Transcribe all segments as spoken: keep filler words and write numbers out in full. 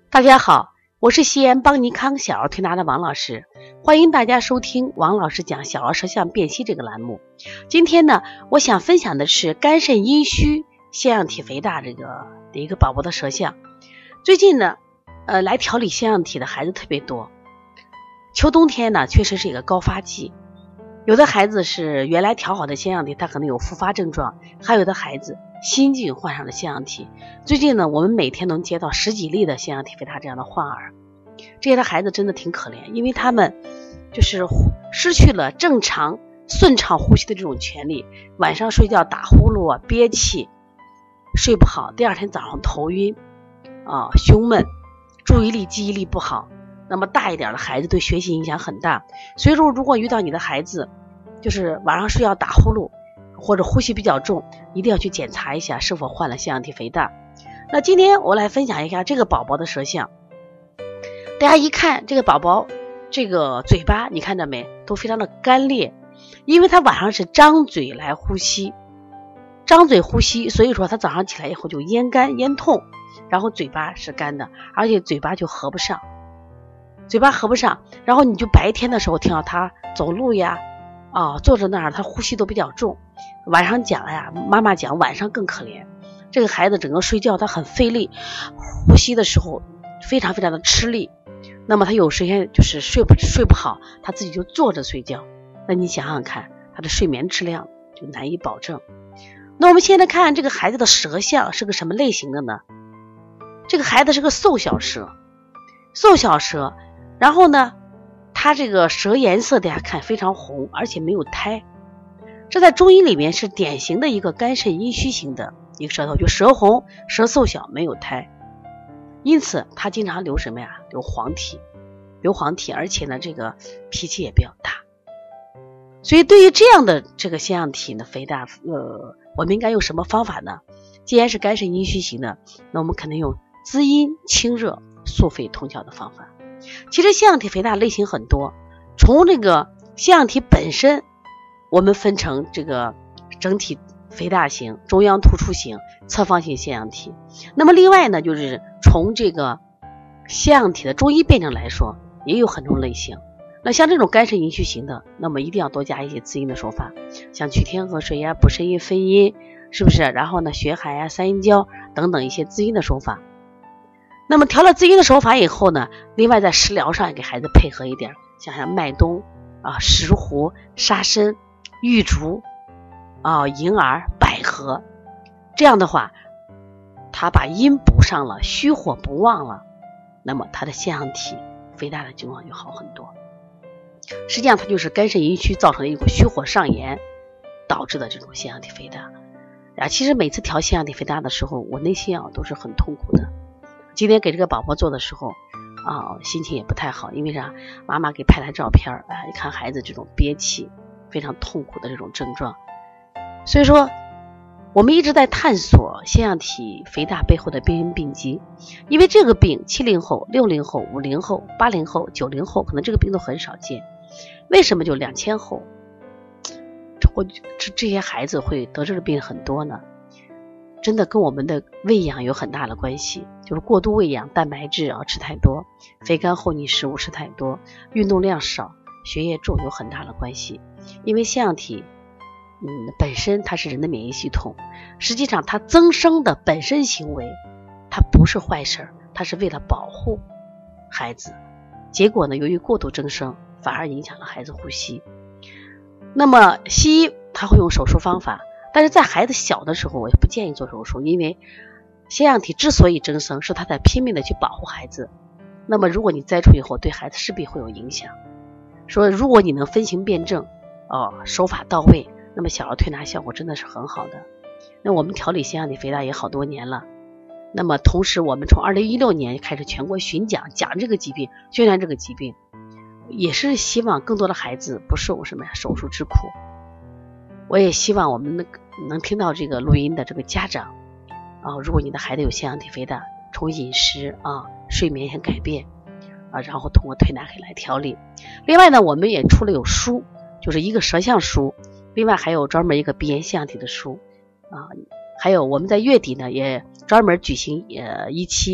大家好，我是西安邦尼康小儿推拿的王老师，欢迎大家收听王老师讲小儿舌象辨析这个栏目。今天呢，我想分享的是肝肾阴虚腺样体肥大这个的一个宝宝的舌象。最近呢，呃，来调理腺样体的孩子特别多。秋冬天呢，确实是一个高发季，有的孩子是原来调好的腺样体，他可能有复发症状，还有的孩子新近患上了腺样体。最近呢，我们每天能接到十几例的腺样体肥大这样的患儿，这些的孩子真的挺可怜，因为他们就是失去了正常顺畅呼吸的这种权利，晚上睡觉打呼噜憋气，睡不好，第二天早上头晕啊、胸闷，注意力记忆力不好。那么大一点的孩子对学习影响很大，所以说如果遇到你的孩子就是晚上睡觉打呼噜或者呼吸比较重，一定要去检查一下是否患了腺样体肥大。那今天我来分享一下这个宝宝的舌象。大家一看这个宝宝这个嘴巴，你看到没，都非常的干裂，因为他晚上是张嘴来呼吸，张嘴呼吸，所以说他早上起来以后就咽干咽痛，然后嘴巴是干的，而且嘴巴就合不上嘴巴合不上，然后你就白天的时候听到他走路呀啊，坐着那儿他呼吸都比较重。晚上讲呀，妈妈讲晚上更可怜，这个孩子整个睡觉他很费力，呼吸的时候非常非常的吃力，那么他有时间就是睡不睡不好，他自己就坐着睡觉，那你想想看他的睡眠质量就难以保证。那我们现在看这个孩子的舌象是个什么类型的呢？这个孩子是个瘦小舌，瘦小舌，然后呢他这个舌颜色大家看非常红，而且没有苔，这在中医里面是典型的一个肝肾阴虚型的一个舌头，就舌红舌瘦小没有苔，因此他经常流什么呀？流黄体，流黄体，而且呢这个脾气也比较大。所以对于这样的这个腺样体呢肥大，呃，我们应该用什么方法呢？既然是肝肾阴虚型的，那我们肯定用滋阴清热速肺通窍的方法。其实腺样体肥大类型很多，从这个腺样体本身我们分成这个整体肥大型、中央突出型、侧方性腺样体。那么另外呢，就是从这个腺样体的中医辨证来说，也有很多类型。那像这种肝肾阴虚型的，那么一定要多加一些滋阴的手法，像取天河水呀、补肾阴分阴，是不是？然后呢，血海呀、三阴交等等一些滋阴的手法。那么调了滋阴的手法以后呢，另外在食疗上也给孩子配合一点，像像麦冬啊、石斛、沙参、玉竹啊、银耳、百合，这样的话他把阴补上了，虚火不旺了，那么他的腺样体肥大的情况就好很多。实际上它就是肝肾阴虚造成的一种虚火上炎导致的这种腺样体肥大啊。其实每次调腺样体肥大的时候，我内心啊都是很痛苦的。今天给这个宝宝做的时候啊，心情也不太好，因为啥？妈妈给拍来照片，哎，看孩子这种憋气非常痛苦的这种症状。所以说我们一直在探索腺样体肥大背后的病因病机，因为这个病七零后、六零后、五零后、八零后、九零后可能这个病都很少见，为什么就两千后我这这些孩子会得这个病很多呢？真的跟我们的喂养有很大的关系，就是过度喂养，蛋白质啊吃太多，肥甘厚腻食物吃太多，运动量少，血液重有很大的关系。因为腺样体嗯，本身它是人的免疫系统，实际上它增生的本身行为它不是坏事，它是为了保护孩子，结果呢由于过度增生反而影响了孩子呼吸。那么西医它会用手术方法，但是在孩子小的时候我也不建议做手术，因为腺样体之所以增生是它在拼命的去保护孩子，那么如果你摘除以后对孩子势必会有影响。说如果你能分型辨证哦，手法到位，那么小儿推拿效果真的是很好的。那我们调理腺样体肥大也好多年了，那么同时我们从二零一六年开始全国巡讲，讲这个疾病，宣传这个疾病，也是希望更多的孩子不受什么呀手术之苦。我也希望我们能能听到这个录音的这个家长啊，如果你的孩子有腺样体肥大，从饮食啊、睡眠先改变啊，然后通过推拿可以来调理。另外呢，我们也出了有书，就是一个舌象书，另外还有专门一个鼻炎腺样体的书啊，还有我们在月底呢也专门举行呃一期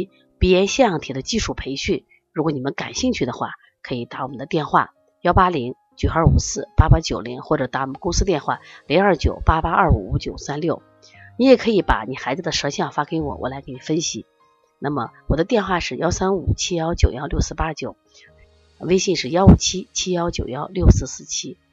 鼻炎腺样体的技术培训，如果你们感兴趣的话，可以打我们的电话幺八零九二五四八八九零，或者打我们公司电话零二九八八二五五九三六。你也可以把你孩子的舌象发给我，我来给你分析。那么我的电话是幺三五七幺九幺六四八九，微信是幺五七七幺九幺六四四七。